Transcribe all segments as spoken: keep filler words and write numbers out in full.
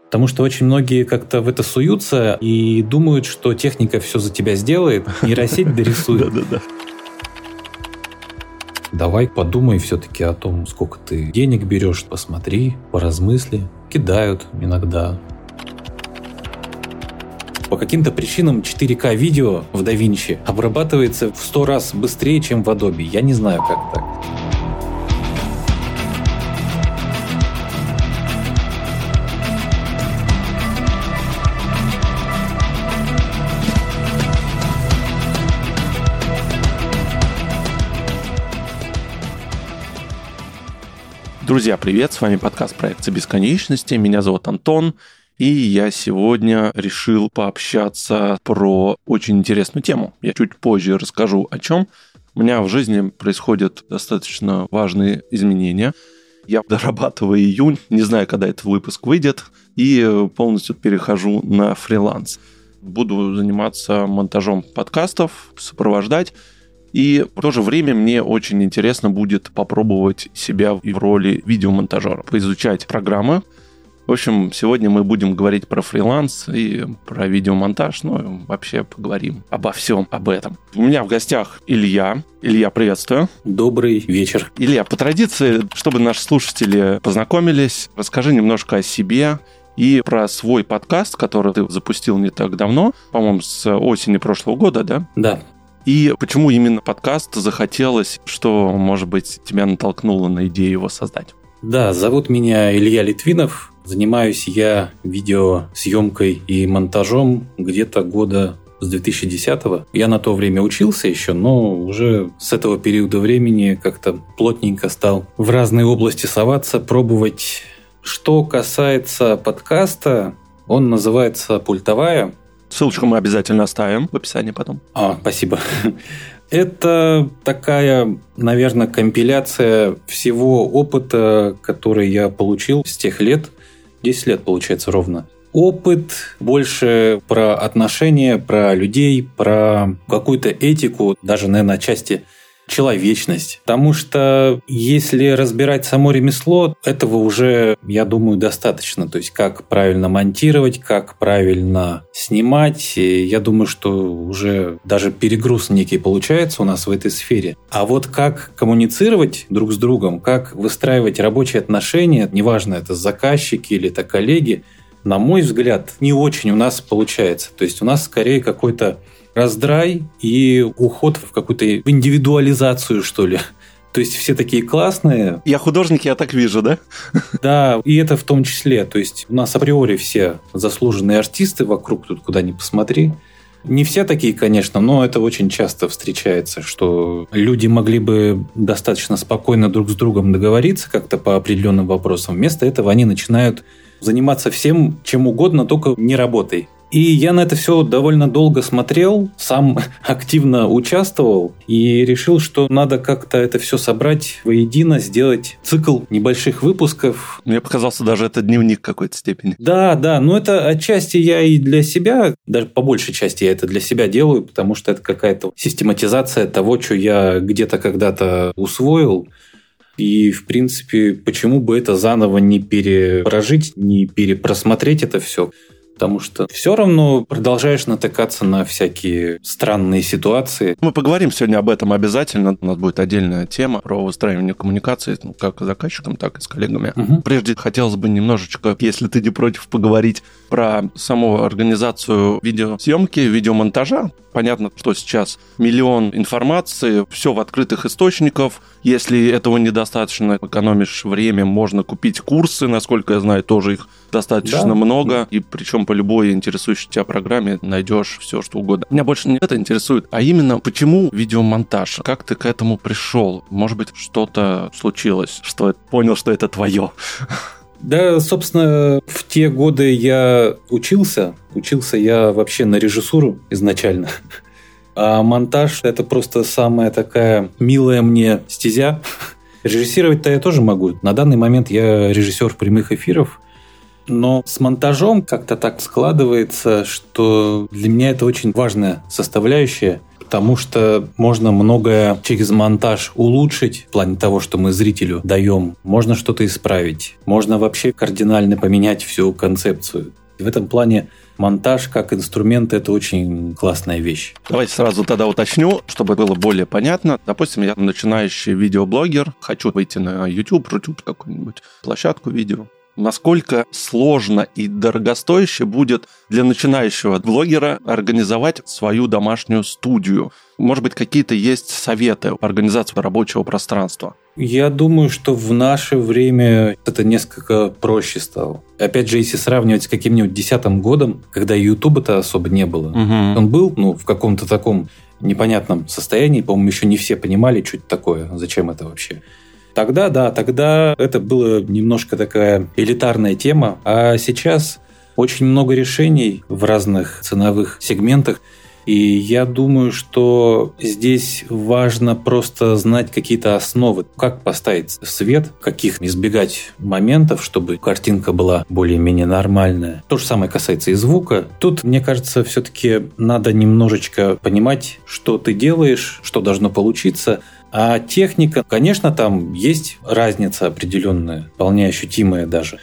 Потому что очень многие как-то в это суются и думают, что техника все за тебя сделает, нейросеть дорисует. Да-да-да. Давай подумай все-таки о том, сколько ты денег берешь, посмотри, поразмысли. Кидают иногда. По каким-то причинам четыре ка видео в DaVinci обрабатывается в сто раз быстрее, чем в Adobe. Я не знаю, как так. Друзья, привет! С вами подкаст «Проекция бесконечности». Меня зовут Антон, и я сегодня решил пообщаться про очень интересную тему. Я чуть позже расскажу о чем. У меня в жизни происходят достаточно важные изменения. Я дорабатываю июнь, не знаю, когда этот выпуск выйдет, и полностью перехожу на фриланс. Буду заниматься монтажом подкастов, сопровождать. И в то же время мне очень интересно будет попробовать себя в роли видеомонтажера, поизучать программы. В общем, сегодня мы будем говорить про фриланс и про видеомонтаж, ну и вообще поговорим обо всем об этом. У меня в гостях Илья. Илья, приветствую. Добрый вечер. Илья, по традиции, чтобы наши слушатели познакомились, расскажи немножко о себе и про свой подкаст, который ты запустил не так давно, по-моему, с осени прошлого года, да? Да. И почему именно подкаст захотелось, что, может быть, тебя натолкнуло на идею его создать? Да, зовут меня Илья Литвинов. Занимаюсь я видеосъемкой и монтажом где-то года с две тысячи десятого. Я на то время учился еще, но уже с этого периода времени как-то плотненько стал в разные области соваться, пробовать. Что касается подкаста, он называется «Пультовая». Ссылочку мы обязательно оставим в описании потом. А, спасибо. Это такая, наверное, компиляция всего опыта, который я получил с тех лет. десять лет, получается, ровно. Опыт больше про отношения, про людей, про какую-то этику, даже, наверное, отчасти человечность. Потому что если разбирать само ремесло, этого уже, я думаю, достаточно. То есть, как правильно монтировать, как правильно снимать. И я думаю, что уже даже перегруз некий получается у нас в этой сфере. А вот как коммуницировать друг с другом, как выстраивать рабочие отношения, неважно, это заказчики или это коллеги, на мой взгляд, не очень у нас получается. То есть, у нас скорее какой-то раздрай и уход в какую-то индивидуализацию, что ли. То есть все такие классные. Я художник, я так вижу, да? Да, и это в том числе. То есть у нас априори все заслуженные артисты вокруг, тут куда ни посмотри. Не все такие, конечно, но это очень часто встречается, что люди могли бы достаточно спокойно друг с другом договориться как-то по определенным вопросам. Вместо этого они начинают заниматься всем, чем угодно, только не работой. И я на это все довольно долго смотрел, сам активно участвовал и решил, что надо как-то это все собрать воедино, сделать цикл небольших выпусков. Мне показался даже это дневник в какой-то степени. Да, да, но это отчасти я и для себя, даже по большей части я это для себя делаю, потому что это какая-то систематизация того, что я где-то когда-то усвоил. И, в принципе, почему бы это заново не перепрожить, не перепросмотреть это все? Потому что все равно продолжаешь натыкаться на всякие странные ситуации. Мы поговорим сегодня об этом обязательно. У нас будет отдельная тема про выстраивание коммуникации, ну, как с заказчиком, так и с коллегами. Угу. Прежде хотелось бы немножечко, если ты не против, поговорить про саму организацию видеосъемки, видеомонтажа. Понятно, что сейчас миллион информации, все в открытых источниках. Если этого недостаточно, экономишь время, можно купить курсы, насколько я знаю, тоже их достаточно да. много. И причем по любой интересующей тебя программе найдешь все, что угодно. Меня больше не это интересует, а именно, почему видеомонтаж? Как ты к этому пришел? Может быть, что-то случилось, что понял, что это твое? Да, собственно, в те годы я учился. Учился я вообще на режиссуру изначально. А монтаж – это просто самая такая милая мне стезя. Режиссировать-то я тоже могу. На данный момент я режиссер прямых эфиров. Но с монтажом как-то так складывается, что для меня это очень важная составляющая. потому что можно многое через монтаж улучшить в плане того, что мы зрителю даем. Можно что-то исправить. Можно вообще кардинально поменять всю концепцию. В этом плане монтаж как инструмент – это очень классная вещь. Давайте сразу тогда уточню, чтобы было более понятно. Допустим, я начинающий видеоблогер, хочу выйти на YouTube, YouTube какую-нибудь площадку видео. Насколько сложно и дорогостояще будет для начинающего блогера организовать свою домашнюю студию? Может быть, какие-то есть советы по организации рабочего пространства? Я думаю, что в наше время это несколько проще стало. Опять же, если сравнивать с каким-нибудь десятым годом, когда Ютуба-то особо не было. Угу. Он был, ну, в каком-то таком непонятном состоянии. По-моему, еще не все понимали, что это такое, зачем это вообще. Тогда, да, тогда это была немножко такая элитарная тема, а сейчас очень много решений в разных ценовых сегментах, и я думаю, что здесь важно просто знать какие-то основы, как поставить свет, каких избегать моментов, чтобы картинка была более-менее нормальная. То же самое касается и звука. Тут, мне кажется, все-таки надо немножечко понимать, что ты делаешь, что должно получиться. А техника, конечно, там есть разница определенная, вполне ощутимая даже.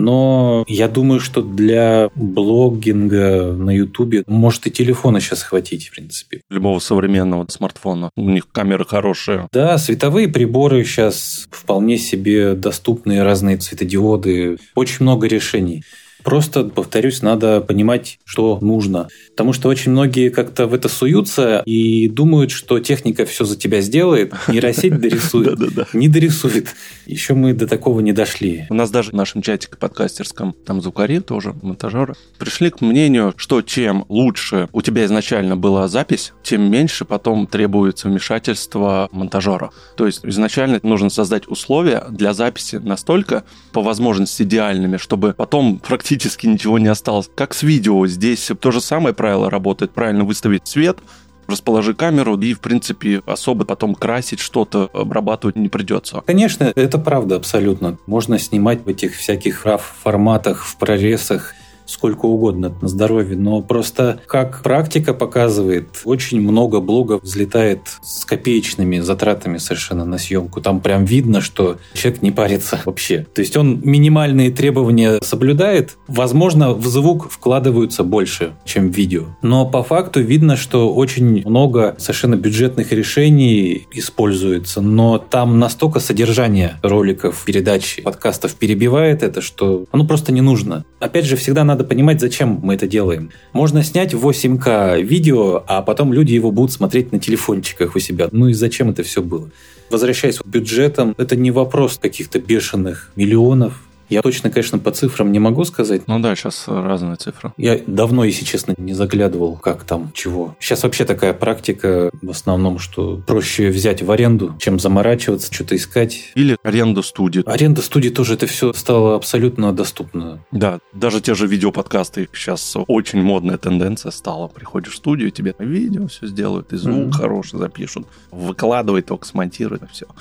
Но я думаю, что для блогинга на Ютубе может и телефона сейчас хватить, в принципе. Любого современного смартфона. У них камеры хорошие. Да, световые приборы сейчас вполне себе доступны, разные светодиоды. Очень много решений. Просто, повторюсь, надо понимать, что нужно. Потому что очень многие как-то в это суются и думают, что техника все за тебя сделает, нейросеть дорисует, не дорисует. Еще мы до такого не дошли. У нас даже в нашем чатике подкастерском, там звукари тоже, монтажеры, пришли к мнению, что чем лучше у тебя изначально была запись, тем меньше потом требуется вмешательство монтажера. То есть изначально нужно создать условия для записи настолько, по возможности, идеальными, чтобы потом практически Практически ничего не осталось. Как с видео. Здесь то же самое правило работает. Правильно выставить цвет, расположи камеру, и, в принципе, особо потом красить что-то, обрабатывать не придется. Конечно, это правда абсолютно. Можно снимать в этих всяких раф-форматах, в прорезах, сколько угодно на здоровье, но просто, как практика показывает, очень много блогов взлетает с копеечными затратами совершенно на съемку. Там прям видно, что человек не парится вообще. То есть он минимальные требования соблюдает. Возможно, в звук вкладываются больше, чем в видео. Но по факту видно, что очень много совершенно бюджетных решений используется, но там настолько содержание роликов, передач, подкастов перебивает это, что оно просто не нужно. Опять же, всегда надо Надо понимать, зачем мы это делаем. Можно снять восемь ка видео, а потом люди его будут смотреть на телефончиках у себя. Ну и зачем это все было? Возвращаясь к бюджетам, это не вопрос каких-то бешеных миллионов. Я точно, конечно, по цифрам не могу сказать. Ну да, сейчас разные цифры. Я давно, если честно, не заглядывал, как там, чего. Сейчас вообще такая практика, в основном, что проще взять в аренду, чем заморачиваться, что-то искать. Или аренда студии. Аренда студии тоже это все стало абсолютно доступно. Да, даже те же видеоподкасты, сейчас очень модная тенденция стала. Приходишь в студию, тебе видео все сделают, и звук mm-hmm. хороший запишут. Выкладывай, только смонтируй, и все.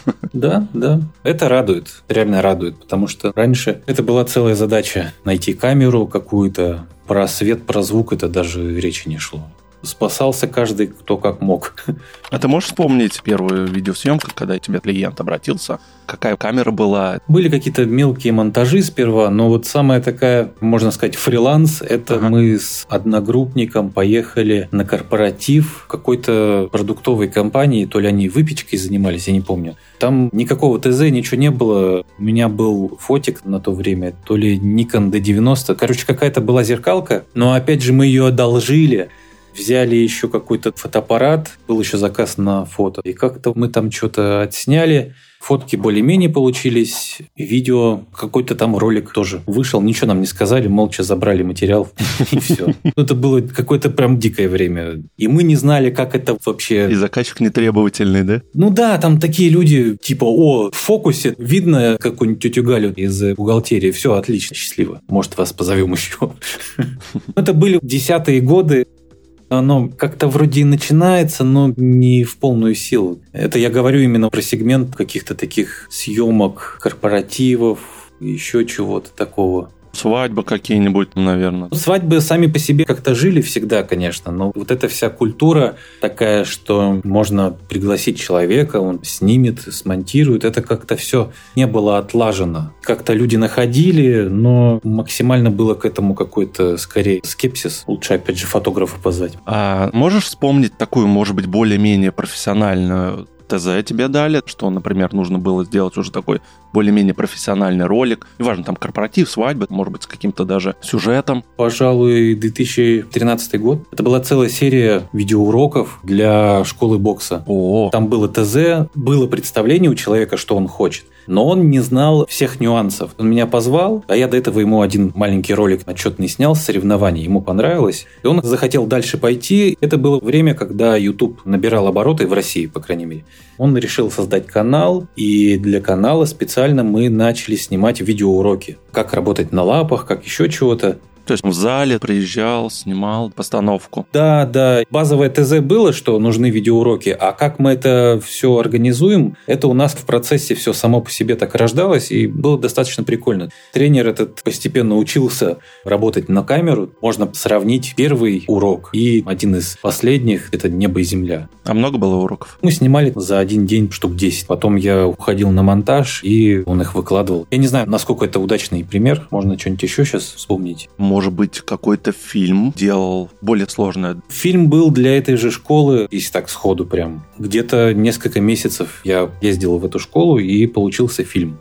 Да, да. Это радует, реально радует, потому что раньше это была целая задача найти камеру какую-то, про свет, про звук это даже речи не шло. Спасался каждый, кто как мог. А ты можешь вспомнить первую видеосъемку, когда тебе клиент обратился? Какая камера была? Были какие-то мелкие монтажи сперва, но вот самая такая, можно сказать, фриланс, это ага. мы с одногруппником поехали на корпоратив какой-то продуктовой компании, то ли они выпечкой занимались, я не помню. Там никакого ТЗ, ничего не было. У меня был фотик на то время, то ли Nikon ди девяносто. Короче, какая-то была зеркалка, но опять же мы ее одолжили. Взяли еще какой-то фотоаппарат, был еще заказ на фото. И как-то мы там что-то отсняли. Фотки более-менее получились. Видео, какой-то там ролик тоже вышел. Ничего нам не сказали, молча забрали материал. И все. Это было какое-то прям дикое время. И мы не знали, как это вообще... И заказчик нетребовательный, да? Ну да, там такие люди, типа, о, в фокусе видно какую-нибудь тетю Галю из бухгалтерии. Все, отлично, счастливо. Может, вас позовем еще. Это были десятые годы. Оно как-то вроде и начинается, но не в полную силу. Это я говорю именно про сегмент каких-то таких съемок, корпоративов, еще чего-то такого. Свадьбы какие-нибудь, наверное. Свадьбы сами по себе как-то жили всегда, конечно, но вот эта вся культура такая, что можно пригласить человека, он снимет, смонтирует, это как-то все не было отлажено. Как-то люди находили, но максимально было к этому какой-то, скорее, скепсис. Лучше, опять же, фотографа позвать. А можешь вспомнить такую, может быть, более-менее профессиональную ТЗ тебе дали, что, например, нужно было сделать уже такой более-менее профессиональный ролик, неважно, там корпоратив, свадьба, может быть, с каким-то даже сюжетом? Пожалуй, две тысячи тринадцатый год. Это была целая серия видеоуроков для школы бокса. О. Там было ТЗ, было представление у человека, что он хочет, но он не знал всех нюансов. Он меня позвал, а я до этого ему один маленький ролик отчетный снял с соревнований. Ему понравилось, и он захотел дальше пойти. Это было время, когда YouTube набирал обороты в России, по крайней мере. Он решил создать канал, и для канала специально мы начали снимать видеоуроки. Как работать на лапах, как еще чего-то. То есть в зале приезжал, снимал постановку. Да, да. Базовое ТЗ было, что нужны видеоуроки, а как мы это все организуем, это у нас в процессе все само по себе так рождалось, и было достаточно прикольно. Тренер этот постепенно учился работать на камеру. Можно сравнить первый урок и один из последних – это «Небо и земля». А много было уроков? Мы снимали за один день штук десять. Потом я уходил на монтаж, и он их выкладывал. Я не знаю, насколько это удачный пример. Можно что-нибудь еще сейчас вспомнить. Может быть, какой-то фильм делал более сложное? Фильм был для этой же школы, если так сходу прям. Где-то несколько месяцев я ездил в эту школу, и получился фильм.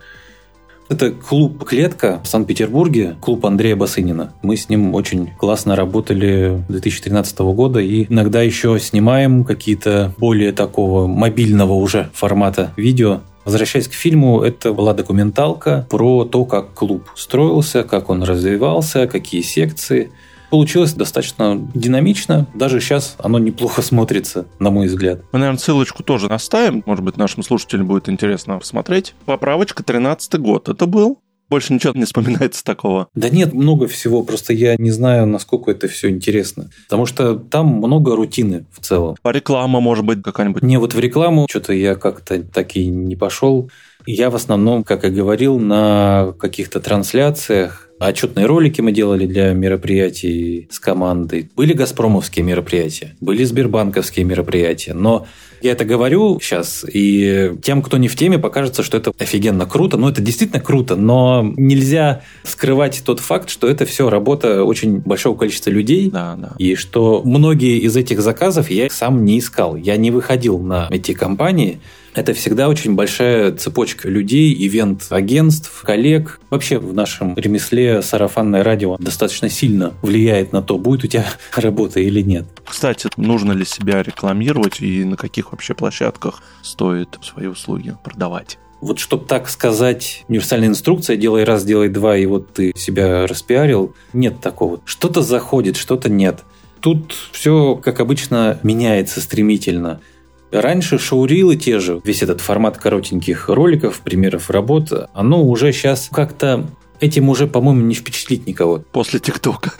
Это клуб «Клетка» в Санкт-Петербурге, клуб Андрея Басынина. Мы с ним очень классно работали две тысячи тринадцатого года, и иногда еще снимаем какие-то более такого мобильного уже формата видео. Возвращаясь к фильму, это была документалка про то, как клуб строился, как он развивался, какие секции. Получилось достаточно динамично. Даже сейчас оно неплохо смотрится, на мой взгляд. Мы, наверное, ссылочку тоже оставим. Может быть, нашим слушателям будет интересно посмотреть. Поправочка, тринадцатый год это был. Больше ничего не вспоминается такого. Да нет, много всего. Просто я не знаю, насколько это все интересно. Потому что там много рутины в целом. А реклама, может быть, какая-нибудь? Не, вот в рекламу что-то я как-то так и не пошел. Я в основном, как и говорил, на каких-то трансляциях. Отчетные ролики мы делали для мероприятий с командой. Были газпромовские мероприятия, были сбербанковские мероприятия. Но я это говорю сейчас, и тем, кто не в теме, покажется, что это офигенно круто. Ну, это действительно круто, но нельзя скрывать тот факт, что это все работа очень большого количества людей. Да, да. И что многие из этих заказов я сам не искал. Я не выходил на эти компании. Это всегда очень большая цепочка людей, ивент-агентств, коллег. Вообще в нашем ремесле сарафанное радио достаточно сильно влияет на то, будет у тебя работа или нет. Кстати, нужно ли себя рекламировать и на каких вообще площадках стоит свои услуги продавать? Вот чтобы так сказать, универсальная инструкция «делай раз, делай два», и вот ты себя распиарил, нет такого. Что-то заходит, что-то нет. Тут все, как обычно, меняется стремительно. Раньше шоурилы те же, весь этот формат коротеньких роликов, примеров работ, оно уже сейчас как-то... Этим уже, по-моему, не впечатлить никого. После ТикТока.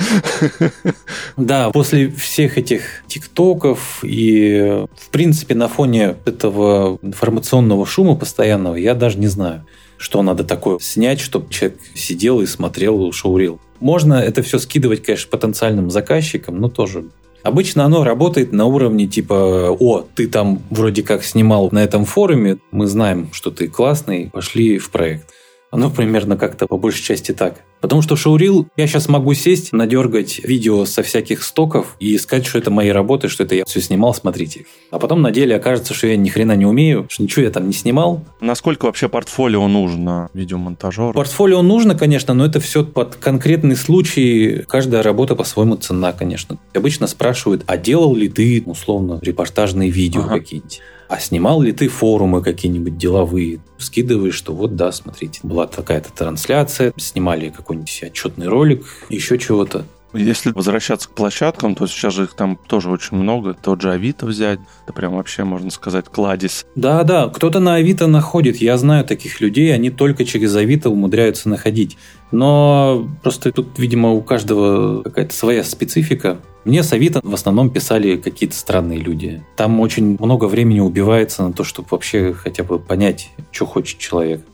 Да, после всех этих ТикТоков и, в принципе, на фоне этого информационного шума постоянного, я даже не знаю, что надо такое снять, чтобы человек сидел и смотрел, шоурил. Можно это все скидывать, конечно, потенциальным заказчикам, но тоже... Обычно оно работает на уровне типа «О, ты там вроде как снимал на этом форуме, мы знаем, что ты классный, пошли в проект». Оно примерно как-то по большей части так. Потому что шоурил, я сейчас могу сесть, надергать видео со всяких стоков и сказать, что это мои работы, что это я все снимал, смотрите. А потом на деле окажется, что я ни хрена не умею, что ничего я там не снимал. Насколько вообще портфолио нужно видеомонтажеру? Портфолио нужно, конечно, но это все под конкретный случай. Каждая работа по-своему ценна, конечно. Обычно спрашивают, а делал ли ты, условно, репортажные видео ага. какие-нибудь? А снимал ли ты форумы какие-нибудь деловые? Скидываешь, что вот, да, смотрите, была такая-то трансляция, снимали какой-нибудь отчетный ролик, еще чего-то. Если возвращаться к площадкам, то сейчас же их там тоже очень много. Тот же Авито взять, это прям вообще, можно сказать, кладезь. Да-да, кто-то на Авито находит. Я знаю таких людей, они только через Авито умудряются находить. Но просто тут, видимо, у каждого какая-то своя специфика. Мне с Авито в основном писали какие-то странные люди. Там очень много времени убивается на то, чтобы вообще хотя бы понять, что хочет человек.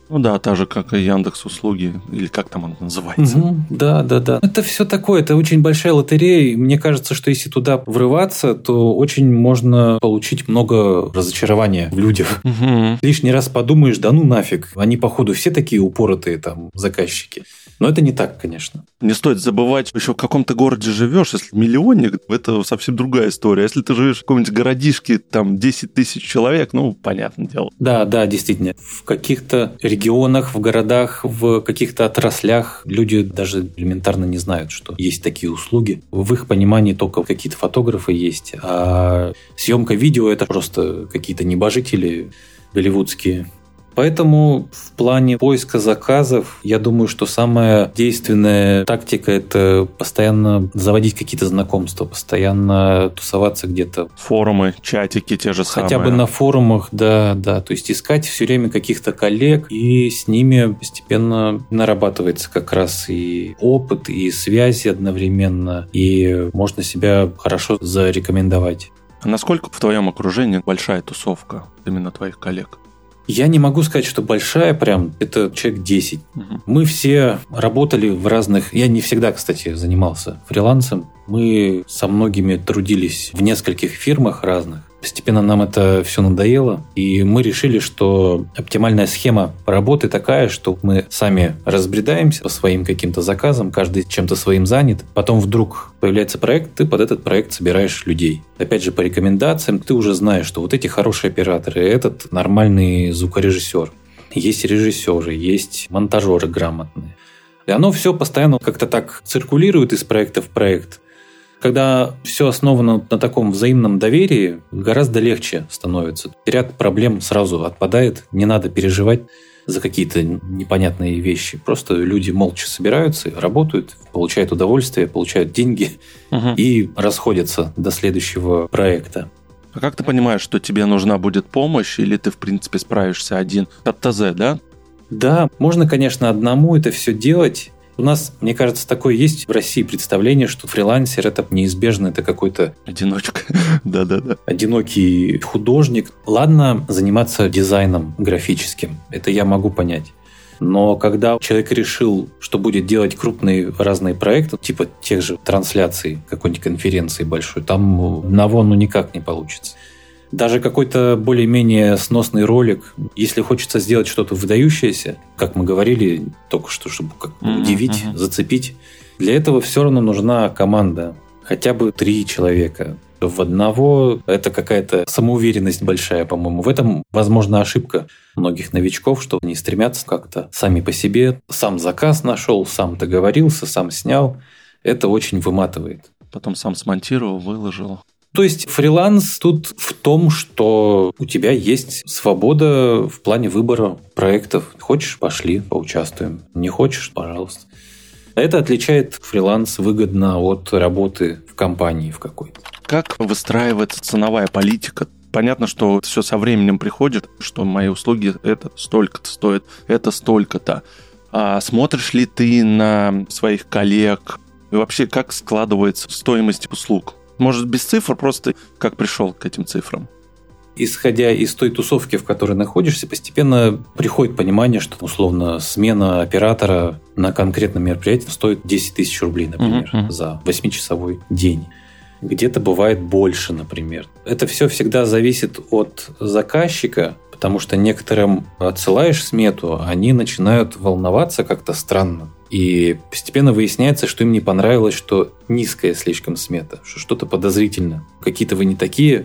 Ну да, так же, как и Яндекс.Услуги, или как там оно называется. Угу, да, да, да. Это все такое, это очень большая лотерея. И мне кажется, что если туда врываться, то очень можно получить много разочарования в людях. Угу. Лишний раз подумаешь, да ну нафиг, они, походу, все такие упоротые там заказчики. Но это не так, конечно. Не стоит забывать, еще в каком ты городе живешь. Если миллионник, это совсем другая история. Если ты живешь в каком-нибудь городишке, там десять тысяч человек, ну, понятное дело. Да, да, действительно. В каких-то регионах, в городах, в каких-то отраслях люди даже элементарно не знают, что есть такие услуги. В их понимании только какие-то фотографы есть, а съемка видео – это просто какие-то небожители голливудские. Поэтому в плане поиска заказов, я думаю, что самая действенная тактика – это постоянно заводить какие-то знакомства, постоянно тусоваться где-то. Форумы, чатики те же самые. Хотя бы на форумах, да, да. То есть искать все время каких-то коллег, и с ними постепенно нарабатывается как раз и опыт, и связи одновременно, и можно себя хорошо зарекомендовать. А насколько в твоем окружении большая тусовка именно твоих коллег? Я не могу сказать, что большая прям, это человек десять. Угу. Мы все работали в разных... Я не всегда, кстати, занимался фрилансом. Мы со многими трудились в нескольких фирмах разных. Постепенно нам это все надоело, и мы решили, что оптимальная схема работы такая, что мы сами разбредаемся по своим каким-то заказам, каждый чем-то своим занят, потом вдруг появляется проект, ты под этот проект собираешь людей. Опять же, по рекомендациям ты уже знаешь, что вот эти хорошие операторы, этот нормальный звукорежиссер. Есть режиссеры, есть монтажеры грамотные. И оно все постоянно как-то так циркулирует из проекта в проект. Когда все основано на таком взаимном доверии, гораздо легче становится. Ряд проблем сразу отпадает, не надо переживать за какие-то непонятные вещи. Просто люди молча собираются, работают, получают удовольствие, получают деньги угу. и расходятся до следующего проекта. А как ты понимаешь, что тебе нужна будет помощь, или ты, в принципе, справишься один от ТЗ, да? Да, можно, конечно, одному это все делать. У нас, мне кажется, такое есть в России представление, что фрилансер – это неизбежно, это какой-то… Одиночка. Да-да-да. Одинокий художник. Ладно заниматься дизайном графическим, это я могу понять. Но когда человек решил, что будет делать крупные разные проекты, типа тех же трансляций какой-нибудь конференции большой, там на вон ну никак не получится. Даже какой-то более-менее сносный ролик, если хочется сделать что-то выдающееся, как мы говорили только что, чтобы как mm-hmm. удивить, mm-hmm. зацепить, для этого все равно нужна команда, хотя бы три человека. В одного это какая-то самоуверенность большая, по-моему. В этом, возможно, ошибка многих новичков, что они стремятся как-то сами по себе. Сам заказ нашел, сам договорился, сам снял. Это очень выматывает. Потом сам смонтировал, выложил. То есть фриланс тут в том, что у тебя есть свобода в плане выбора проектов. Хочешь – пошли, поучаствуем. Не хочешь – пожалуйста. Это отличает фриланс выгодно от работы в компании в какой-то. Как выстраивается ценовая политика? Понятно, что все со временем приходит, что мои услуги это столько-то стоит, это столько-то. А смотришь ли ты на своих коллег? И вообще, как складывается стоимость услуг? Может, без цифр, просто как пришел к этим цифрам? Исходя из той тусовки, в которой находишься, постепенно приходит понимание, что, условно, смена оператора на конкретном мероприятии стоит десять тысяч рублей, например, uh-huh. за восьмичасовой день. Где-то бывает больше, например. Это все всегда зависит от заказчика, потому что некоторым отсылаешь смету, они начинают волноваться как-то странно. И постепенно выясняется, что им не понравилось, что низкая слишком смета, что что-то подозрительно. Какие-то вы не такие.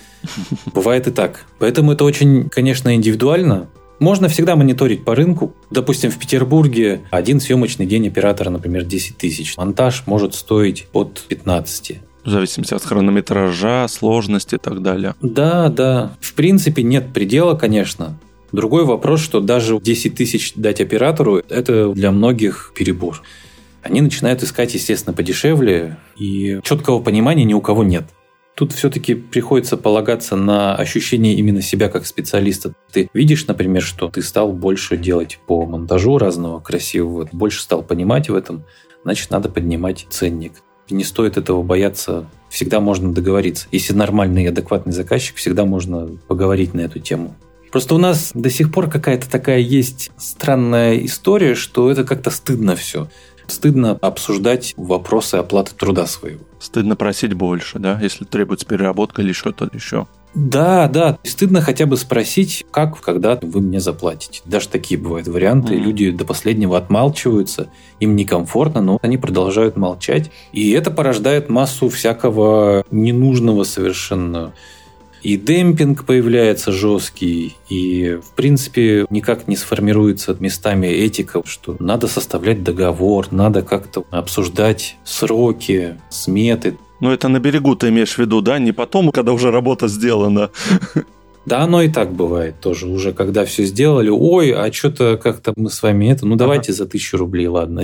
Бывает и так. Поэтому это очень, конечно, индивидуально. Можно всегда мониторить по рынку. Допустим, в Петербурге один съемочный день оператора, например, десять тысяч. Монтаж может стоить от пятнадцати. В зависимости от хронометража, сложности и так далее. Да, да. В принципе, нет предела, конечно. Другой вопрос, что даже десять тысяч дать оператору – это для многих перебор. Они начинают искать, естественно, подешевле, и четкого понимания ни у кого нет. Тут все-таки приходится полагаться на ощущение именно себя как специалиста. Ты видишь, например, что ты стал больше делать по монтажу разного красивого, больше стал понимать в этом, значит, надо поднимать ценник. Не стоит этого бояться, всегда можно договориться. Если нормальный и адекватный заказчик, всегда можно поговорить на эту тему. Просто у нас до сих пор какая-то такая есть странная история, что это как-то стыдно все. Стыдно обсуждать вопросы оплаты труда своего. Стыдно просить больше, да, если требуется переработка или что-то еще. Да, да. Стыдно хотя бы спросить, как, когда вы мне заплатите. Даже такие бывают варианты. Mm-hmm. Люди до последнего отмалчиваются, им некомфортно, но они продолжают молчать. И это порождает массу всякого ненужного совершенно. И демпинг появляется жесткий, и, в принципе, никак не сформируется местами этика, что надо составлять договор, надо как-то обсуждать сроки, сметы. Ну, это на берегу ты имеешь в виду, да? Не потом, когда уже работа сделана. Да, оно и так бывает тоже. Уже когда все сделали, ой, а что-то как-то мы с вами это, ну давайте ага. за тысячу рублей, ладно.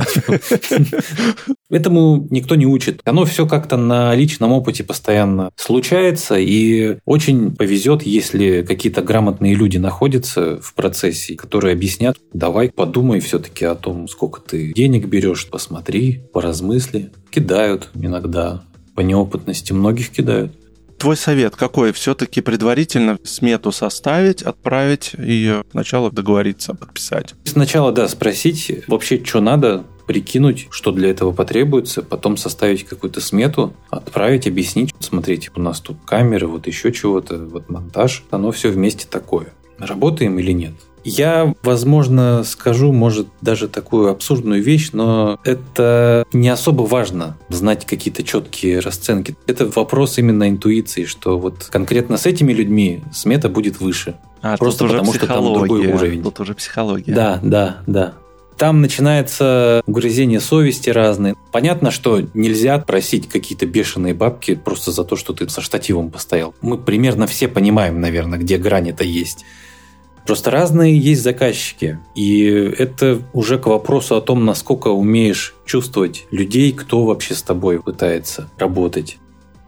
Этому никто не учит. Оно все как-то на личном опыте постоянно случается, и очень повезет, если какие-то грамотные люди находятся в процессе, которые объяснят, давай подумай все-таки о том, сколько ты денег берешь, посмотри, поразмысли. Кидают иногда. По неопытности многих кидают. Твой совет какой? Все-таки предварительно смету составить, отправить и сначала договориться, подписать? Сначала, да, спросить вообще, что надо, прикинуть, что для этого потребуется, потом составить какую-то смету, отправить, объяснить. Смотрите, у нас тут камеры, вот еще чего-то, вот монтаж. Оно все вместе такое. Работаем или нет? Я, возможно, скажу, может, даже такую абсурдную вещь, но это не особо важно знать какие-то четкие расценки. Это вопрос именно интуиции, что вот конкретно с этими людьми смета будет выше. А, просто потому, что там другой уровень. Тут уже психология. Да, да, да. Там начинается угрызение совести разные. Понятно, что нельзя просить какие-то бешеные бабки просто за то, что ты со штативом постоял. Мы примерно все понимаем, наверное, где грань это есть. Просто разные есть заказчики, и это уже к вопросу о том, насколько умеешь чувствовать людей, кто вообще с тобой пытается работать.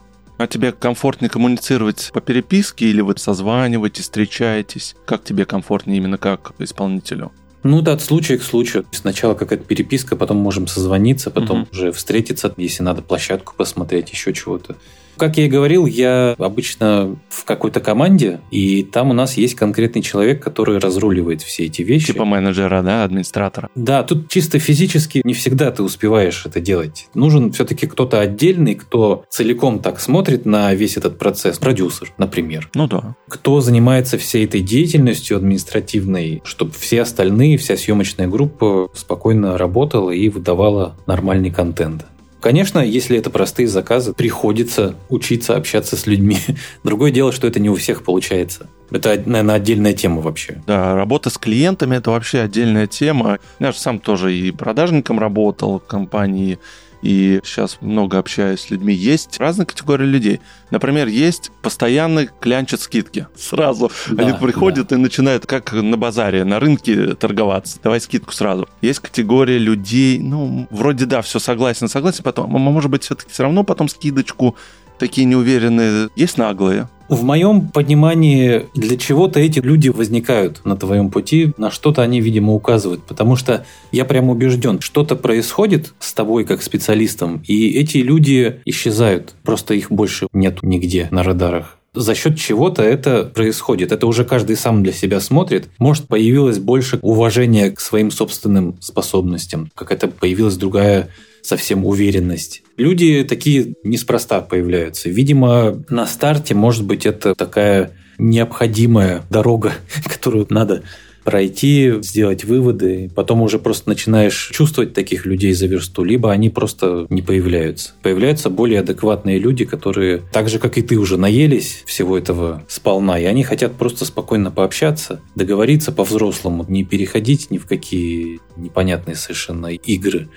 А тебе комфортнее коммуницировать по переписке или вы созваниваетесь, встречаетесь? Как тебе комфортнее именно как исполнителю? Ну да, от случая к случаю. Сначала какая-то переписка, потом можем созвониться, потом угу. уже встретиться, если надо площадку посмотреть, еще чего-то. Как я и говорил, я обычно в какой-то команде, и там у нас есть конкретный человек, который разруливает все эти вещи. Типа менеджера, да, администратора. Да, тут чисто физически не всегда ты успеваешь это делать. Нужен все-таки кто-то отдельный, кто целиком так смотрит на весь этот процесс. Продюсер, например. Ну да. Кто занимается всей этой деятельностью административной, чтобы все остальные, вся съемочная группа спокойно работала и выдавала нормальный контент. Конечно, если это простые заказы, приходится учиться общаться с людьми. Другое дело, что это не у всех получается. Это, наверное, отдельная тема вообще. Да, работа с клиентами – это вообще отдельная тема. Я же сам тоже и продажником работал в компании, и сейчас много общаюсь с людьми. Есть разные категории людей. Например, есть постоянно клянчат скидки. Сразу да, они приходят да. и начинают, как на базаре, на рынке торговаться. Давай скидку сразу. Есть категория людей, ну, вроде да, все согласен, согласен, потом, а может быть, все-таки все равно потом скидочку. Такие неуверенные. Есть наглые. В моем понимании, для чего-то эти люди возникают на твоем пути, на что-то они, видимо, указывают, потому что я прям убежден, что-то происходит с тобой как специалистом, и эти люди исчезают, просто их больше нет нигде на радарах. За счет чего-то это происходит. Это уже каждый сам для себя смотрит. Может, появилось больше уважения к своим собственным способностям, какая-то появилась другая совсем уверенность. Люди такие неспроста появляются. Видимо, на старте, может быть, это такая необходимая дорога, которую надо пройти, сделать выводы. Потом уже просто начинаешь чувствовать таких людей за версту, либо они просто не появляются. Появляются более адекватные люди, которые, так же, как и ты, уже наелись всего этого сполна, и они хотят просто спокойно пообщаться, договориться по-взрослому, не переходить ни в какие непонятные совершенно игры.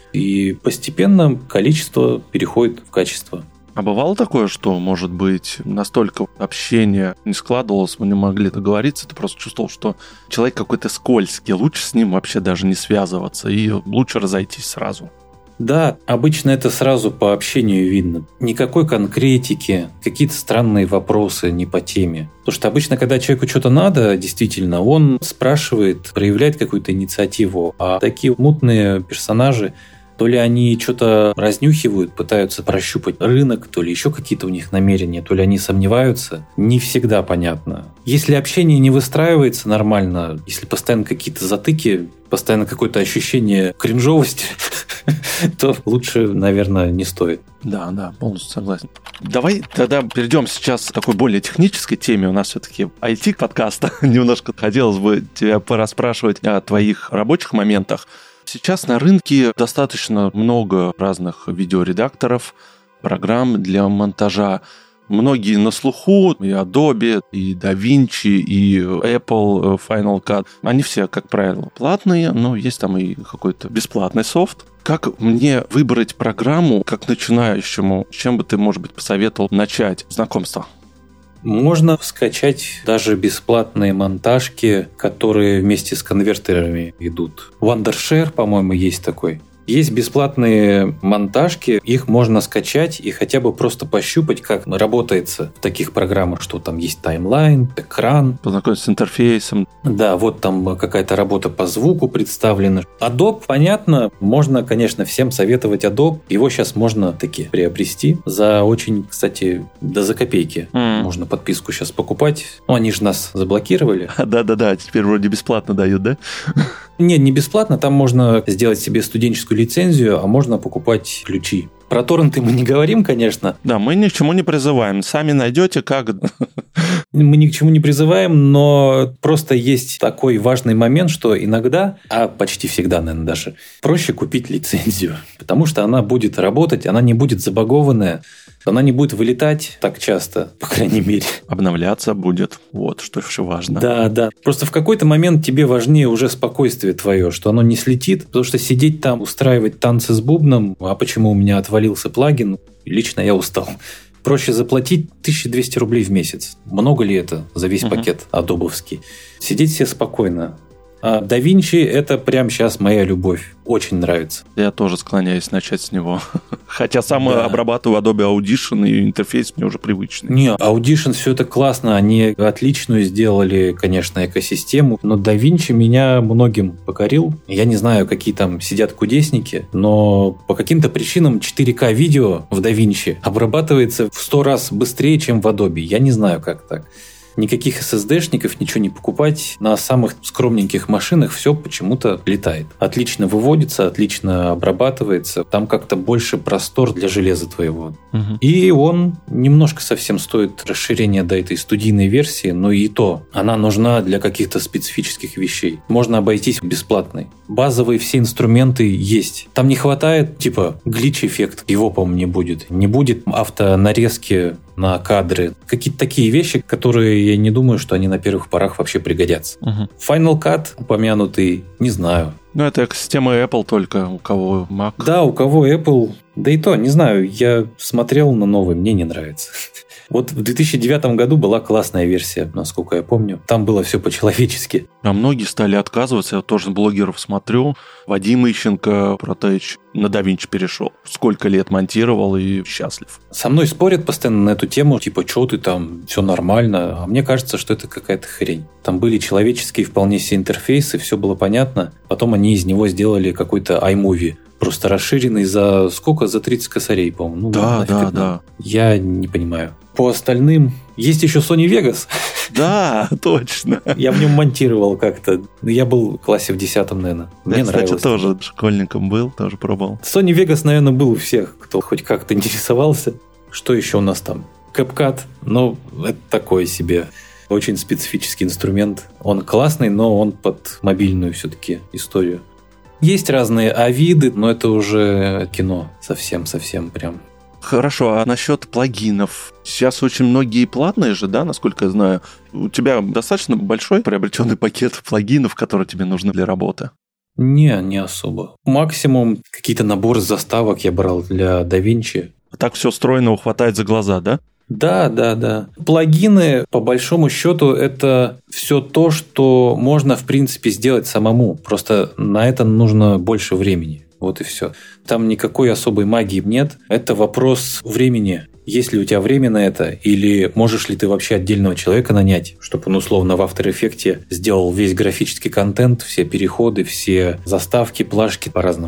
И постепенно количество переходит в качество. А бывало такое, что, может быть, настолько общение не складывалось, мы не могли договориться, ты просто чувствовал, что человек какой-то скользкий, лучше с ним вообще даже не связываться и лучше разойтись сразу? Да, обычно это сразу по общению видно. Никакой конкретики, какие-то странные вопросы не по теме. Потому что обычно, когда человеку что-то надо, действительно, он спрашивает, проявляет какую-то инициативу. А такие мутные персонажи, То ли они что-то разнюхивают, пытаются прощупать рынок, то ли еще какие-то у них намерения, то ли они сомневаются. Не всегда понятно. Если общение не выстраивается нормально, если постоянно какие-то затыки, постоянно какое-то ощущение кринжовости, то лучше, наверное, не стоит. Да, да, полностью согласен. Давай тогда перейдем сейчас к такой более технической теме. У нас все-таки ай ти-подкаст. Немножко хотелось бы тебя пораспрашивать о твоих рабочих моментах. Сейчас на рынке достаточно много разных видеоредакторов, программ для монтажа. Многие на слуху, и Adobe, и DaVinci, и Apple Final Cut. Они все, как правило, платные, но есть там и какой-то бесплатный софт. Как мне выбрать программу как начинающему? Чем бы ты, может быть, посоветовал начать знакомство? Можно скачать даже бесплатные монтажки, которые вместе с конвертерами идут. Wondershare, по-моему, есть такой. Есть бесплатные монтажки, их можно скачать и хотя бы просто пощупать, как работается в таких программах, что там есть таймлайн, экран. Познакомиться с интерфейсом. Да, вот там какая-то работа по звуку представлена. Adobe, понятно, можно, конечно, всем советовать Adobe. Его сейчас можно таки приобрести за очень, кстати, да за копейки. Mm. Можно подписку сейчас покупать. Ну, они же нас заблокировали. Да-да-да, теперь вроде бесплатно дают, да? Нет, не бесплатно, там можно сделать себе студенческую лицензию, а можно покупать ключи. Про торренты мы не говорим, конечно. Да, мы ни к чему не призываем. Сами найдете, как... Мы ни к чему не призываем, но просто есть такой важный момент, что иногда, а почти всегда, наверное, даже, проще купить лицензию, потому что она будет работать, она не будет забагованная, она не будет вылетать так часто, по крайней мере. Обновляться будет, вот, что еще важно. Да, да. Просто в какой-то момент тебе важнее уже спокойствие твое, что оно не слетит, потому что сидеть там, устраивать танцы с бубном, а почему у меня отвалился плагин, лично я устал. Проще заплатить тысяча двести рублей в месяц. Много ли это за весь uh-huh. пакет адобовский? Сидеть себе спокойно. А DaVinci – это прямо сейчас моя любовь. Очень нравится. Я тоже склоняюсь начать с него. Хотя сам да. обрабатываю Adobe Audition, и интерфейс мне уже привычный. Не, Audition все это классно. Они отличную сделали, конечно, экосистему. Но DaVinci меня многим покорил. Я не знаю, какие там сидят кудесники, но по каким-то причинам четыре ка видео в DaVinci обрабатывается в сто раз быстрее, чем в Adobe. Я не знаю, как так. Никаких эс эс ди-шников, ничего не покупать. На самых скромненьких машинах все почему-то летает. Отлично выводится, отлично обрабатывается. Там как-то больше простор для железа твоего. Угу. И он немножко совсем стоит расширения до этой студийной версии, но и то она нужна для каких-то специфических вещей. Можно обойтись бесплатной. Базовые все инструменты есть. Там не хватает, типа, глич-эффект. Его, по-моему, не будет. Не будет автонарезки на кадры. Какие-то такие вещи, которые я не думаю, что они на первых порах вообще пригодятся. Uh-huh. Final Cut упомянутый, не знаю. Ну, это экосистема Apple только, у кого Mac. Да, у кого Apple. Да и то, не знаю, я смотрел на новый, мне не нравится. Вот в две тысячи девятом году была классная версия, насколько я помню. Там было все по-человечески. А многие стали отказываться. Я тоже блогеров смотрю. Вадим Ищенко, Протеч, на DaVinci перешел. Сколько лет монтировал и счастлив. Со мной спорят постоянно на эту тему. Типа, что ты там, все нормально. А мне кажется, что это какая-то хрень. Там были человеческие вполне себе интерфейсы, все было понятно. Потом они из него сделали какой-то iMovie. Просто расширенный за сколько? За тридцать косарей, по-моему. Ну, да, да, да. Я не понимаю. По остальным... Есть еще Sony Vegas. Да, точно. Я в нем монтировал как-то. Я был в классе в десятом, наверное. Мне я, нравилось. Кстати, тоже школьником был, тоже пробовал. Sony Vegas, наверное, был у всех, кто хоть как-то интересовался. Что еще у нас там? CapCut. Ну, это такое себе. Очень специфический инструмент. Он классный, но он под мобильную все-таки историю. Есть разные авиды, но это уже кино. Совсем-совсем прям. Хорошо, а насчет плагинов? Сейчас очень многие платные же, да, насколько я знаю. У тебя достаточно большой приобретенный пакет плагинов, которые тебе нужны для работы? Не, не особо. Максимум какие-то наборы заставок я брал для DaVinci. А так все стройного хватает за глаза, да? Да, да, да. Плагины, по большому счету, это все то, что можно, в принципе, сделать самому. Просто на это нужно больше времени. Вот и все. Там никакой особой магии нет. Это вопрос времени. Есть ли у тебя время на это? Или можешь ли ты вообще отдельного человека нанять, чтобы он условно в After Effects сделал весь графический контент, все переходы, все заставки, плашки по-разному.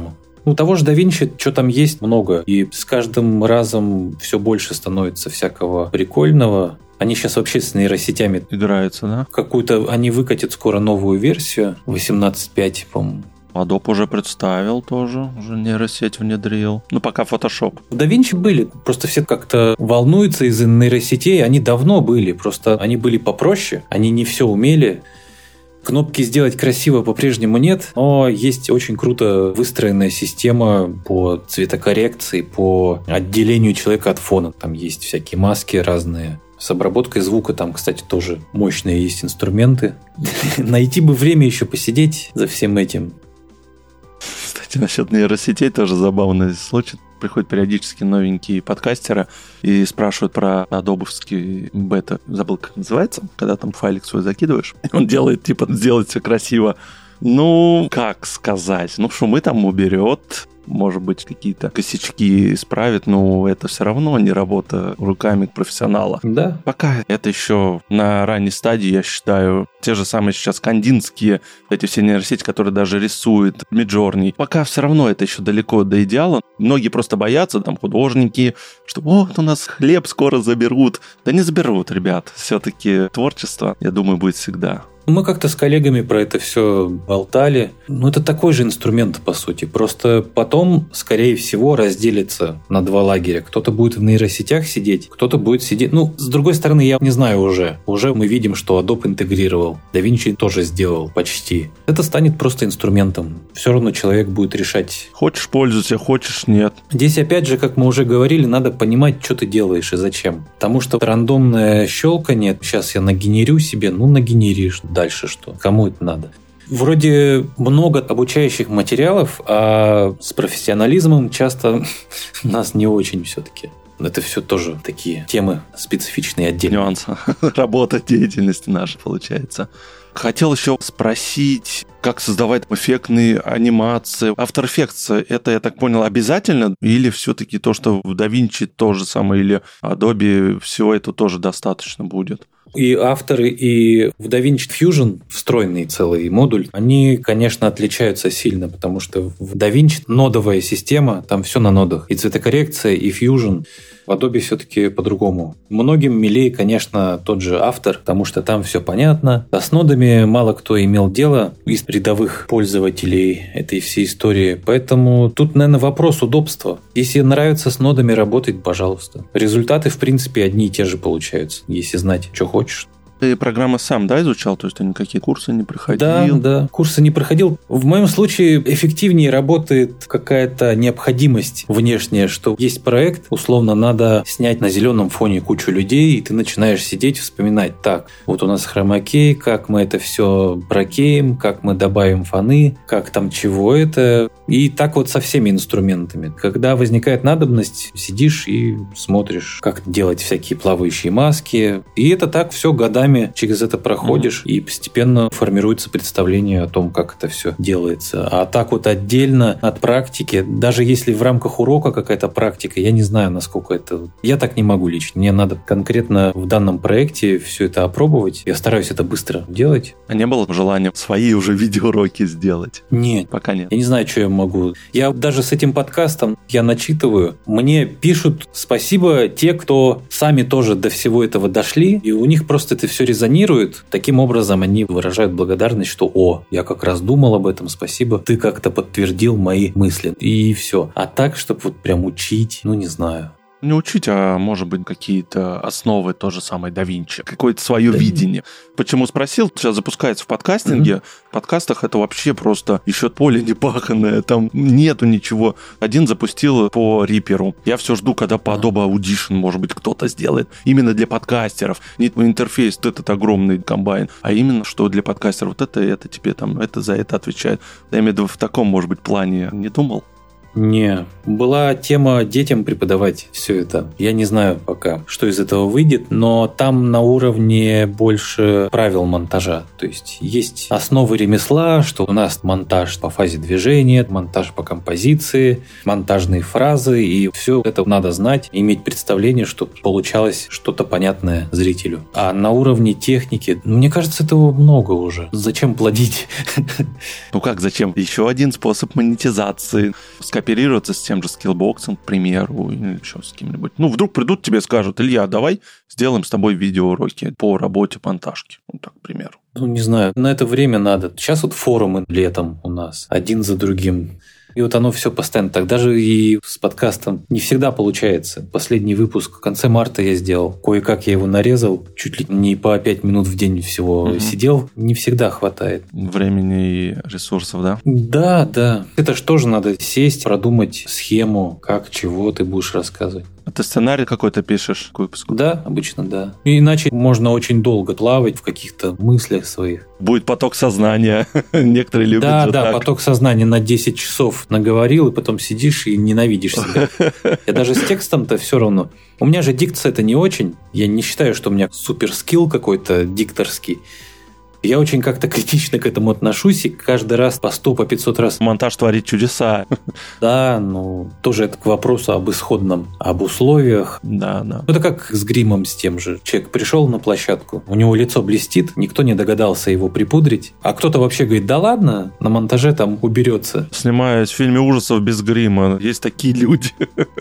У того же DaVinci, что там есть, много. И с каждым разом все больше становится всякого прикольного. Они сейчас вообще с нейросетями играются, да? Какую-то они выкатят скоро новую версию, восемнадцать точка пять, по-моему. Adobe уже представил тоже, уже нейросеть внедрил. Ну, пока Photoshop. В DaVinci были, просто все как-то волнуются из-за нейросетей. Они давно были, просто они были попроще, они не все умели. Кнопки сделать красиво по-прежнему нет, но есть очень круто выстроенная система по цветокоррекции, по отделению человека от фона. Там есть всякие маски разные. С обработкой звука там, кстати, тоже мощные есть инструменты. Найти бы время еще посидеть за всем этим. Кстати, насчет нейросетей тоже забавный случай. Приходят периодически новенькие подкастеры и спрашивают про адобовский бета. Забыл, как называется, когда там файлик свой закидываешь. И он делает, типа, сделать все красиво. Ну, как сказать? Ну, шумы там уберет, может быть, какие-то косячки исправит, но это все равно не работа руками профессионала. Да. Пока это еще на ранней стадии, я считаю, те же самые сейчас кандинские, эти все нейросети, которые даже рисуют, Midjourney, пока все равно это еще далеко до идеала. Многие просто боятся, там, художники, что вот у нас хлеб скоро заберут. Да не заберут, ребят. Все-таки творчество, я думаю, будет всегда. Мы как-то с коллегами про это все болтали. Ну, это такой же инструмент, по сути. Просто потом, скорее всего, разделится на два лагеря. Кто-то будет в нейросетях сидеть, кто-то будет сидеть... Ну, с другой стороны, я не знаю уже. Уже мы видим, что Adobe интегрировал. DaVinci тоже сделал почти. Это станет просто инструментом. Все равно человек будет решать... Хочешь пользуйся, хочешь нет. Здесь, опять же, как мы уже говорили, надо понимать, что ты делаешь и зачем. Потому что рандомное щелканье, сейчас я нагенерю себе, ну, нагенеришь. Дальше что? Кому это надо? Вроде много обучающих материалов, а с профессионализмом часто у нас не очень все-таки. Это все тоже такие темы специфичные, отдельные. Нюансы. Работа, деятельность наша получается. Хотел еще спросить, как создавать эффектные анимации. After Effects, это, я так понял, обязательно? Или все-таки то, что в DaVinci то же самое, или Adobe, всего этого тоже достаточно будет? И авторы, и в DaVinci Fusion встроенный целый модуль, они, конечно, отличаются сильно, потому что в DaVinci нодовая система, там все на нодах. И цветокоррекция, и Fusion. В Adobe все-таки по-другому. Многим милее, конечно, тот же автор, потому что там все понятно. А с нодами мало кто имел дело из рядовых пользователей этой всей истории. Поэтому тут, наверное, вопрос удобства. Если нравится с нодами работать, пожалуйста. Результаты, в принципе, одни и те же получаются, если знать, что хочешь. Ты программы сам, да, изучал? То есть ты никакие курсы не проходил? Да, да, курсы не проходил. В моем случае эффективнее работает какая-то необходимость внешняя, что есть проект, условно, надо снять на зеленом фоне кучу людей, и ты начинаешь сидеть, вспоминать, так, вот у нас хромакей, как мы это все прокеем, как мы добавим фоны, как там чего это. И так вот со всеми инструментами. Когда возникает надобность, сидишь и смотришь, как делать всякие плавающие маски. И это так все годами через это проходишь, mm-hmm. и постепенно формируется представление о том, как это все делается. А так вот отдельно от практики, даже если в рамках урока какая-то практика, я не знаю, насколько это... Я так не могу лично. Мне надо конкретно в данном проекте все это опробовать. Я стараюсь это быстро делать. А не было желания свои уже видеоуроки сделать? Нет. Пока нет. Я не знаю, что я могу. Я даже с этим подкастом, я начитываю, мне пишут спасибо те, кто сами тоже до всего этого дошли, и у них просто это все резонирует. Таким образом, они выражают благодарность, что «О, я как раз думал об этом, спасибо, ты как-то подтвердил мои мысли». И все. А так, чтобы вот прям учить, ну, не знаю. Не учить, а может быть какие-то основы той же самой DaVinci, какое-то свое да. видение. Почему спросил? Сейчас запускается в подкастинге. Mm-hmm. В подкастах это вообще просто еще поле непаханное, там нету ничего. Один запустил по Reaper. Я все жду, когда по Adobe Audition, может быть, кто-то сделает. Именно для подкастеров. Не интерфейс, вот этот огромный комбайн, а именно, что для подкастеров. Вот это, это тебе там, это за это отвечает. Я имею в виду в таком, может быть, плане не думал? Не, была тема детям преподавать все это. Я не знаю пока, что из этого выйдет, но там на уровне больше правил монтажа. То есть есть основы ремесла, что у нас монтаж по фазе движения, монтаж по композиции, монтажные фразы, и все это надо знать, иметь представление, чтобы получалось что-то понятное зрителю. А на уровне техники, мне кажется, этого много уже. Зачем плодить? Ну как зачем? Еще один способ монетизации. кооперироваться с тем же Skillbox, к примеру, или еще с кем-нибудь. Ну, вдруг придут тебе и скажут: Илья, давай сделаем с тобой видеоуроки по работе монтажки. Ну, так, к примеру. Ну, не знаю, на это время надо. Сейчас вот форумы летом у нас, один за другим. И вот оно все постоянно так. Даже и с подкастом не всегда получается. Последний выпуск в конце марта я сделал. Кое-как я его нарезал. Чуть ли не по пять минут в день всего угу. сидел. Не всегда хватает. Времени и ресурсов, да? Да, да. Это ж тоже надо сесть, продумать схему, как, чего ты будешь рассказывать. А ты сценарий какой-то пишешь к выпуску? Да, обычно да. И иначе можно очень долго плавать в каких-то мыслях своих. Будет поток сознания. Некоторые любят да, же да, так. поток сознания на десять часов наговорил, и потом сидишь и ненавидишь себя. Я даже с текстом-то все равно. У меня же дикция-то не очень. Я не считаю, что у меня суперскилл какой-то дикторский. Я очень как-то критично к этому отношусь, и каждый раз по сто, по пятьсот раз. Монтаж творит чудеса. Да, ну, тоже это к вопросу об исходном, об условиях. Да, да. Это как с гримом с тем же. Человек пришел на площадку, у него лицо блестит, никто не догадался его припудрить, а кто-то вообще говорит: да ладно, на монтаже там уберется. Снимаюсь в фильме ужасов без грима. Есть такие люди.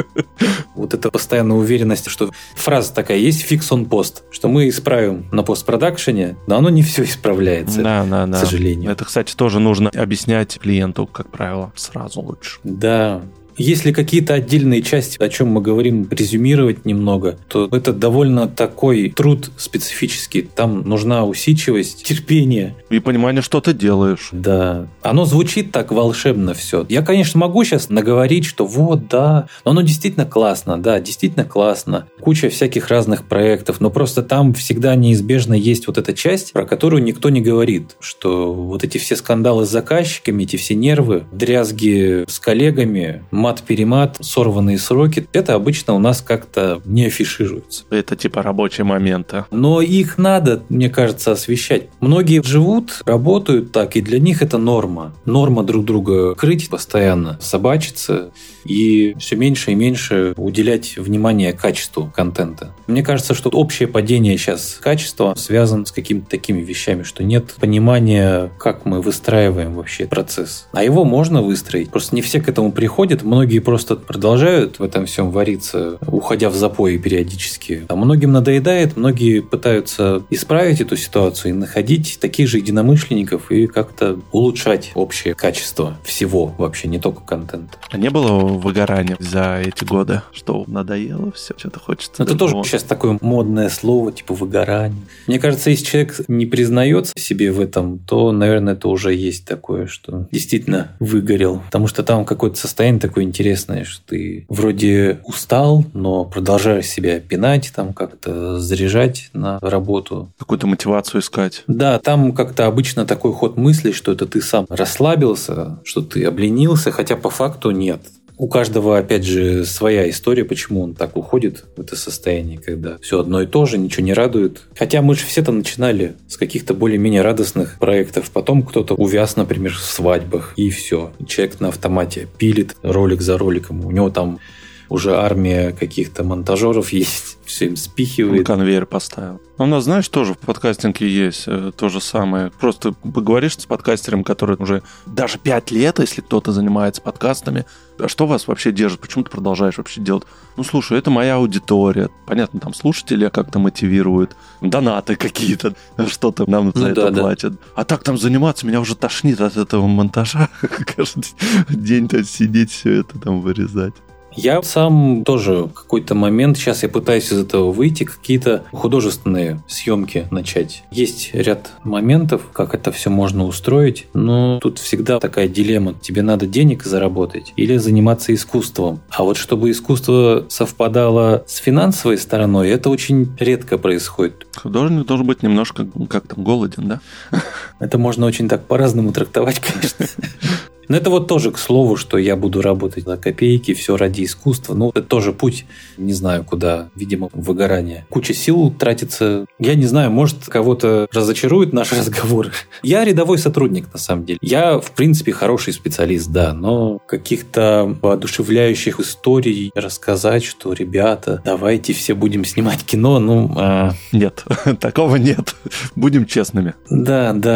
Вот эта постоянная уверенность, что фраза такая есть: фикс он пост, что мы исправим на постпродакшене, но оно не все исправляется. Да, да, да. К сожалению. Это, кстати, тоже нужно объяснять клиенту, как правило, сразу лучше. Да. Если какие-то отдельные части, о чем мы говорим, резюмировать немного, то это довольно такой труд специфический. Там нужна усидчивость, терпение. И понимание, что ты делаешь. Да. Оно звучит так волшебно все. Я, конечно, могу сейчас наговорить, что вот, да, но оно действительно классно, да, действительно классно. Куча всяких разных проектов, но просто там всегда неизбежно есть вот эта часть, про которую никто не говорит, что вот эти все скандалы с заказчиками, эти все нервы, дрязги с коллегами, мат-перемат, сорванные сроки, это обычно у нас как-то не афишируется. Это типа рабочие моменты. Но их надо, мне кажется, освещать. Многие живут, работают так, и для них это норма. Норма друг друга крыть постоянно, собачиться и все меньше и меньше уделять внимание качеству контента. Мне кажется, что общее падение сейчас качества связано с какими-то такими вещами, что нет понимания, как мы выстраиваем вообще процесс. А его можно выстроить. Просто не все к этому приходят. Многие просто продолжают в этом всем вариться, уходя в запои периодически. А многим надоедает, многие пытаются исправить эту ситуацию и находить таких же единомышленников и как-то улучшать общее качество всего, вообще не только контента. А не было выгорания за эти годы, что надоело все, что-то хочется? Это тоже сейчас такое модное слово, типа выгорание. Мне кажется, если человек не признается себе в этом, то, наверное, это уже есть такое, что действительно выгорел. Потому что там какое-то состояние такое интересное, что ты вроде устал, но продолжаешь себя пинать, там как-то заряжать на работу. Какую-то мотивацию искать. Да, там как-то обычно такой ход мысли, что это ты сам расслабился, что ты обленился, хотя по факту нет. У каждого, опять же, своя история, почему он так уходит в это состояние, когда все одно и то же, ничего не радует. Хотя мы же все-то начинали с каких-то более-менее радостных проектов. Потом кто-то увяз, например, в свадьбах, и все. Человек на автомате пилит ролик за роликом. У него там уже армия каких-то монтажеров есть, все им спихивает. Конвейер поставил. У нас, знаешь, тоже в подкастинге есть э, то же самое. Просто поговоришь с подкастером, который уже даже пять лет, если кто-то занимается подкастами, а что вас вообще держит? Почему ты продолжаешь вообще делать? Ну, слушай, это моя аудитория. Понятно, там слушатели как-то мотивируют, донаты какие-то, что-то нам за ну, это да, платят. Да. А так там заниматься, меня уже тошнит от этого монтажа. Каждый день сидеть, все это там вырезать. Я сам тоже в какой-то момент, сейчас я пытаюсь из этого выйти, какие-то художественные съемки начать. Есть ряд моментов, как это все можно устроить, но тут всегда такая дилемма. Тебе надо денег заработать или заниматься искусством. А вот чтобы искусство совпадало с финансовой стороной, это очень редко происходит. Художник должен быть немножко как там голоден, да? Это можно очень так по-разному трактовать, конечно. Но это вот тоже к слову, что я буду работать за копейки, все ради искусства. Ну, это тоже путь, не знаю куда, видимо, выгорание. Куча сил тратится. Я не знаю, может, кого-то разочарует наш разговор. Я рядовой сотрудник, на самом деле. Я, в принципе, хороший специалист, да, но каких-то воодушевляющих историй рассказать, что, ребята, давайте все будем снимать кино, ну... А... Нет, такого нет. Будем честными. Да, да.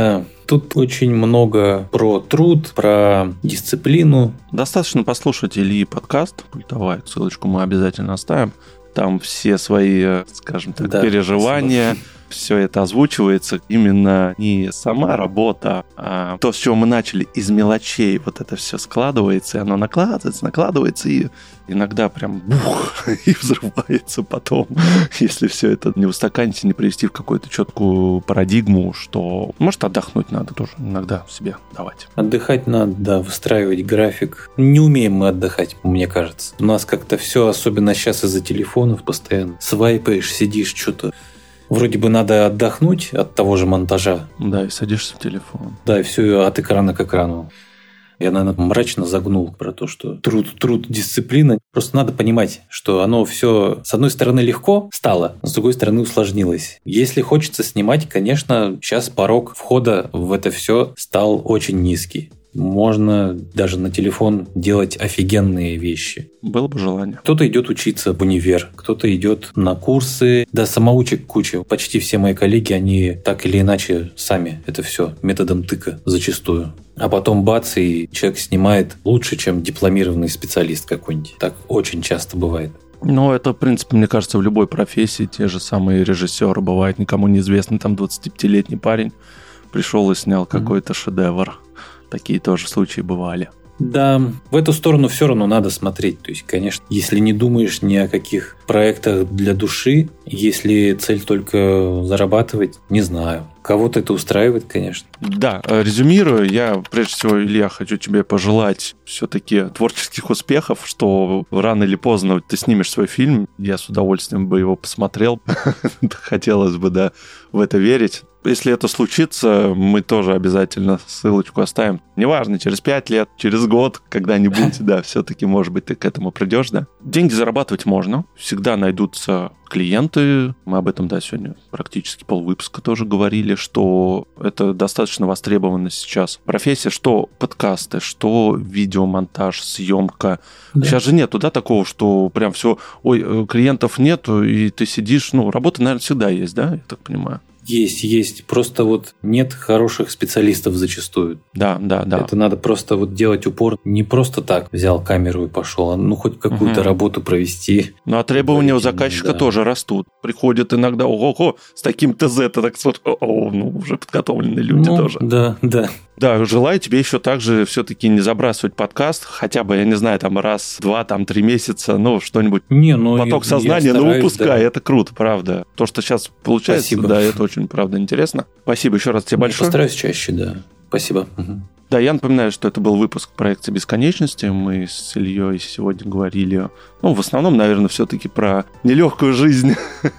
Тут очень много про труд, про дисциплину. Достаточно послушать Ильи подкаст «Пультовая», ссылочку мы обязательно оставим. Там все свои, скажем так, да, переживания, спасибо. Все это озвучивается. Именно не сама работа, а то, с чего мы начали, из мелочей. Вот это все складывается, и оно накладывается, накладывается, и иногда прям бух, и взрывается потом. Если все это не устаканить и не привести в какую-то четкую парадигму, что, может, отдохнуть надо тоже иногда себе давать. Отдыхать надо, да, выстраивать график. Не умеем мы отдыхать, мне кажется. У нас как-то все, особенно сейчас из-за телефонов, постоянно свайпаешь, сидишь, что-то. Вроде бы надо отдохнуть от того же монтажа. Да, и садишься в телефон. Да, и все от экрана к экрану. Я, наверное, мрачно загнул про то, что труд, труд, дисциплина. Просто надо понимать, что оно все, с одной стороны, легко стало, с другой стороны, усложнилось. Если хочется снимать, конечно, сейчас порог входа в это все стал очень низкий. Можно даже на телефон делать офигенные вещи. Было бы желание. Кто-то идет учиться в универ, кто-то идет на курсы. Да, самоучек куча. Почти все мои коллеги, они так или иначе сами это все методом тыка зачастую. А потом бац, и человек снимает лучше, чем дипломированный специалист какой-нибудь. Так очень часто бывает. Ну, это, в принципе, мне кажется, в любой профессии. Те же самые режиссеры бывают, никому неизвестный там двадцатипятилетний парень пришел и снял mm-hmm. какой-то шедевр. Такие тоже случаи бывали. Да, в эту сторону все равно надо смотреть. То есть, конечно, если не думаешь ни о каких проектах для души, если цель только зарабатывать, не знаю. Кого-то это устраивает, конечно. Да, резюмируя, я, прежде всего, Илья, хочу тебе пожелать все-таки творческих успехов, что рано или поздно ты снимешь свой фильм. Я с удовольствием бы его посмотрел. Хотелось бы, да, в это верить. Если это случится, мы тоже обязательно ссылочку оставим. Неважно, через пять лет, через год, когда-нибудь, да, все-таки, может быть, ты к этому придешь, да. Деньги зарабатывать можно. Всегда найдутся клиенты. Мы об этом, да, сегодня практически полвыпуска тоже говорили, что это достаточно востребовано сейчас. Профессия, что подкасты, что видеомонтаж, съемка. Да. Сейчас же нету, да, такого, что прям все, ой, клиентов нету, и ты сидишь, ну, работа, наверное, всегда есть, да, я так понимаю. Есть, есть. Просто вот нет хороших специалистов зачастую. Да, да, да. Это надо просто вот делать упор. Не просто так взял камеру и пошел, а ну хоть какую-то угу. работу провести. Ну, а требования у заказчика да. тоже растут. Приходят иногда, ого-го, с таким ТЗ, ты так смотришь, о, ну, уже подготовленные люди ну, тоже. Да, да. Да, желаю тебе еще также все-таки не забрасывать подкаст, хотя бы, я не знаю, там раз, два, там три месяца, ну, что-нибудь, не, ну, поток я, сознания, я ну, стараюсь, выпускай, да. это круто, правда. То, что сейчас получается, Спасибо. Да, это очень, правда, интересно. Спасибо еще раз тебе я большое. Постараюсь чаще, да. Спасибо. Угу. Да, я напоминаю, что это был выпуск проекта «Бесконечности». Мы с Ильей сегодня говорили, ну, в основном, наверное, все-таки про нелегкую жизнь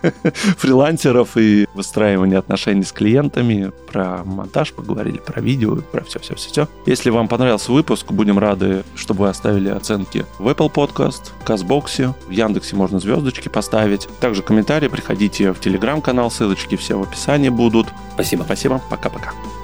фрилансеров и выстраивание отношений с клиентами, про монтаж поговорили, про видео, про все-все-все. Если вам понравился выпуск, будем рады, чтобы вы оставили оценки в Apple Podcast, в Казбоксе, в Яндексе можно звездочки поставить. Также комментарии, приходите в Telegram-канал, ссылочки все в описании будут. Спасибо. Спасибо, пока-пока.